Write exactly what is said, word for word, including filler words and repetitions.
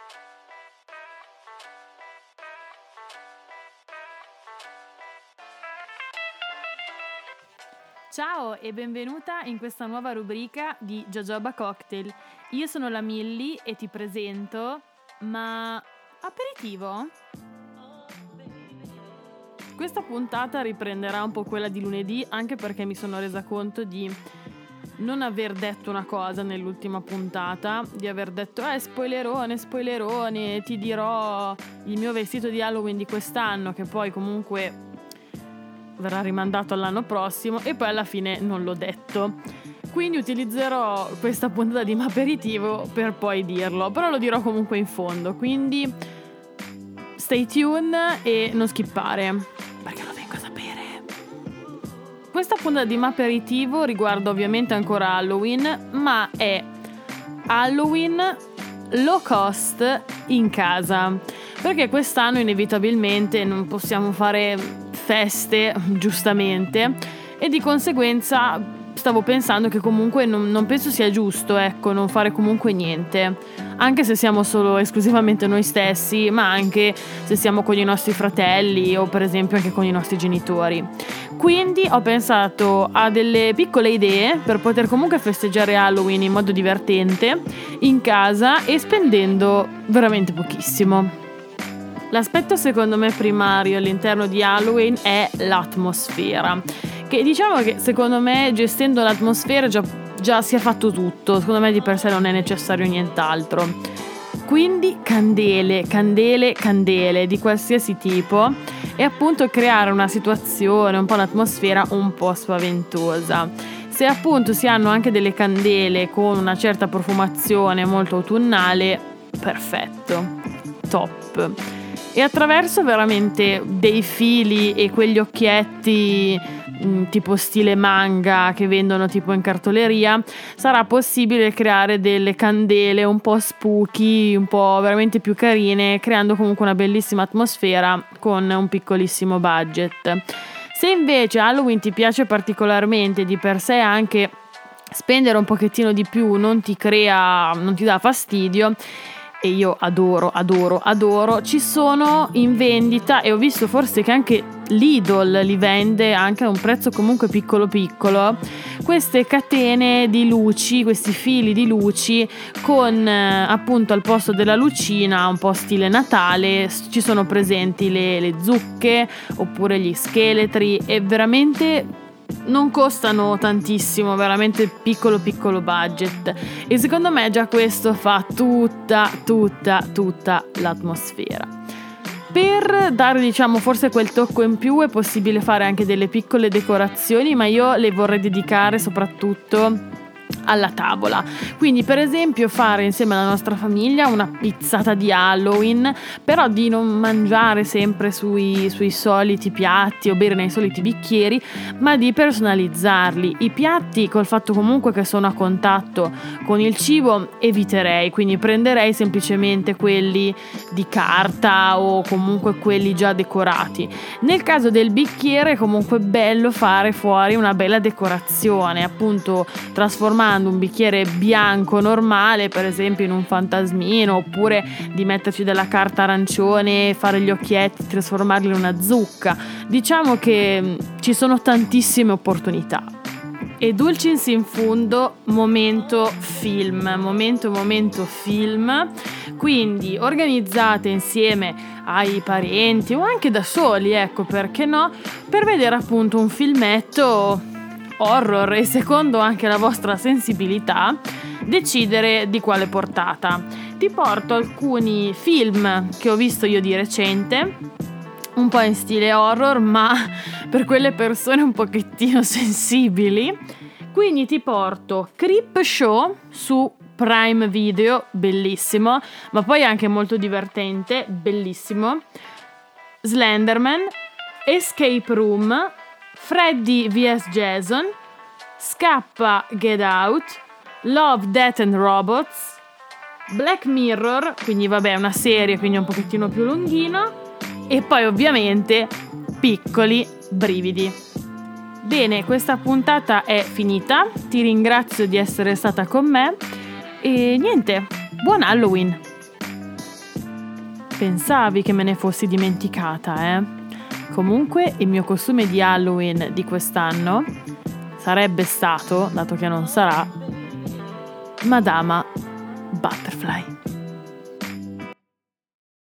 Ciao e benvenuta in questa nuova rubrica di Jojoba Cocktail. Io sono la Milly e ti presento, ma aperitivo? Questa puntata riprenderà un po' quella di lunedì, anche perché mi sono resa conto di non aver detto una cosa nell'ultima puntata, di aver detto eh spoilerone, spoilerone, ti dirò il mio vestito di Halloween di quest'anno, che poi comunque verrà rimandato all'anno prossimo, e poi alla fine non l'ho detto. Quindi utilizzerò questa puntata di aperitivo per poi dirlo, però lo dirò comunque in fondo, quindi stay tuned e non skippare, perché lo vengo a sapere. Questa puntata di aperitivo riguarda ovviamente ancora Halloween, ma è Halloween low cost in casa, perché quest'anno inevitabilmente non possiamo fare feste, giustamente, e di conseguenza stavo pensando che comunque non, non penso sia giusto, ecco, non fare comunque niente, anche se siamo solo esclusivamente noi stessi, ma anche se siamo con i nostri fratelli o per esempio anche con i nostri genitori. Quindi ho pensato a delle piccole idee per poter comunque festeggiare Halloween in modo divertente in casa e spendendo veramente pochissimo. L'aspetto secondo me primario all'interno di Halloween è l'atmosfera, che diciamo che secondo me gestendo l'atmosfera già, già si è fatto tutto, secondo me di per sé non è necessario nient'altro. Quindi candele, candele, candele di qualsiasi tipo, e appunto creare una situazione, un po' un'atmosfera un po' spaventosa. Se appunto si hanno anche delle candele con una certa profumazione molto autunnale, perfetto, top. E attraverso veramente dei fili e quegli occhietti mh, tipo stile manga che vendono tipo in cartoleria, sarà possibile creare delle candele un po' spooky, un po' veramente più carine, creando comunque una bellissima atmosfera con un piccolissimo budget. Se invece Halloween ti piace particolarmente, di per sé anche spendere un pochettino di più non ti crea, non ti dà fastidio, e io adoro, adoro, adoro, ci sono in vendita, e ho visto forse che anche Lidl li vende anche a un prezzo comunque piccolo piccolo, queste catene di luci, questi fili di luci con eh, appunto al posto della lucina un po' stile Natale ci sono presenti le, le zucche oppure gli scheletri, e veramente non costano tantissimo, veramente piccolo piccolo budget, e secondo me già questo fa tutta tutta tutta l'atmosfera. Per dare diciamo forse quel tocco in più è possibile fare anche delle piccole decorazioni, ma io le vorrei dedicare soprattutto alla tavola. Quindi per esempio fare insieme alla nostra famiglia una pizzata di Halloween, però di non mangiare sempre sui, sui soliti piatti o bere nei soliti bicchieri, ma di personalizzarli. I piatti, col fatto comunque che sono a contatto con il cibo, eviterei, quindi prenderei semplicemente quelli di carta o comunque quelli già decorati. Nel caso del bicchiere è comunque bello fare fuori una bella decorazione, appunto trasformando un bicchiere bianco normale per esempio in un fantasmino, oppure di metterci della carta arancione, fare gli occhietti, trasformarli in una zucca. Diciamo che ci sono tantissime opportunità. E dulcis in fundo, momento film, momento momento film, quindi organizzate insieme ai parenti o anche da soli, ecco, perché no, per vedere appunto un filmetto horror, e secondo anche la vostra sensibilità decidere di quale portata. Ti porto alcuni film che ho visto io di recente, un po' in stile horror, ma per quelle persone un pochettino sensibili. Quindi ti porto Creepshow su Prime Video, bellissimo, ma poi anche molto divertente, bellissimo. Slenderman, Escape Room, Freddy versus Jason, Scappa, Get Out, Love, Death and Robots, Black Mirror, quindi vabbè una serie, quindi un pochettino più lunghina, e poi ovviamente piccoli brividi. Bene, questa puntata è finita, ti ringrazio di essere stata con me e niente, buon Halloween! Pensavi che me ne fossi dimenticata, eh? Comunque il mio costume di Halloween di quest'anno sarebbe stato, dato che non sarà, Madama Butterfly.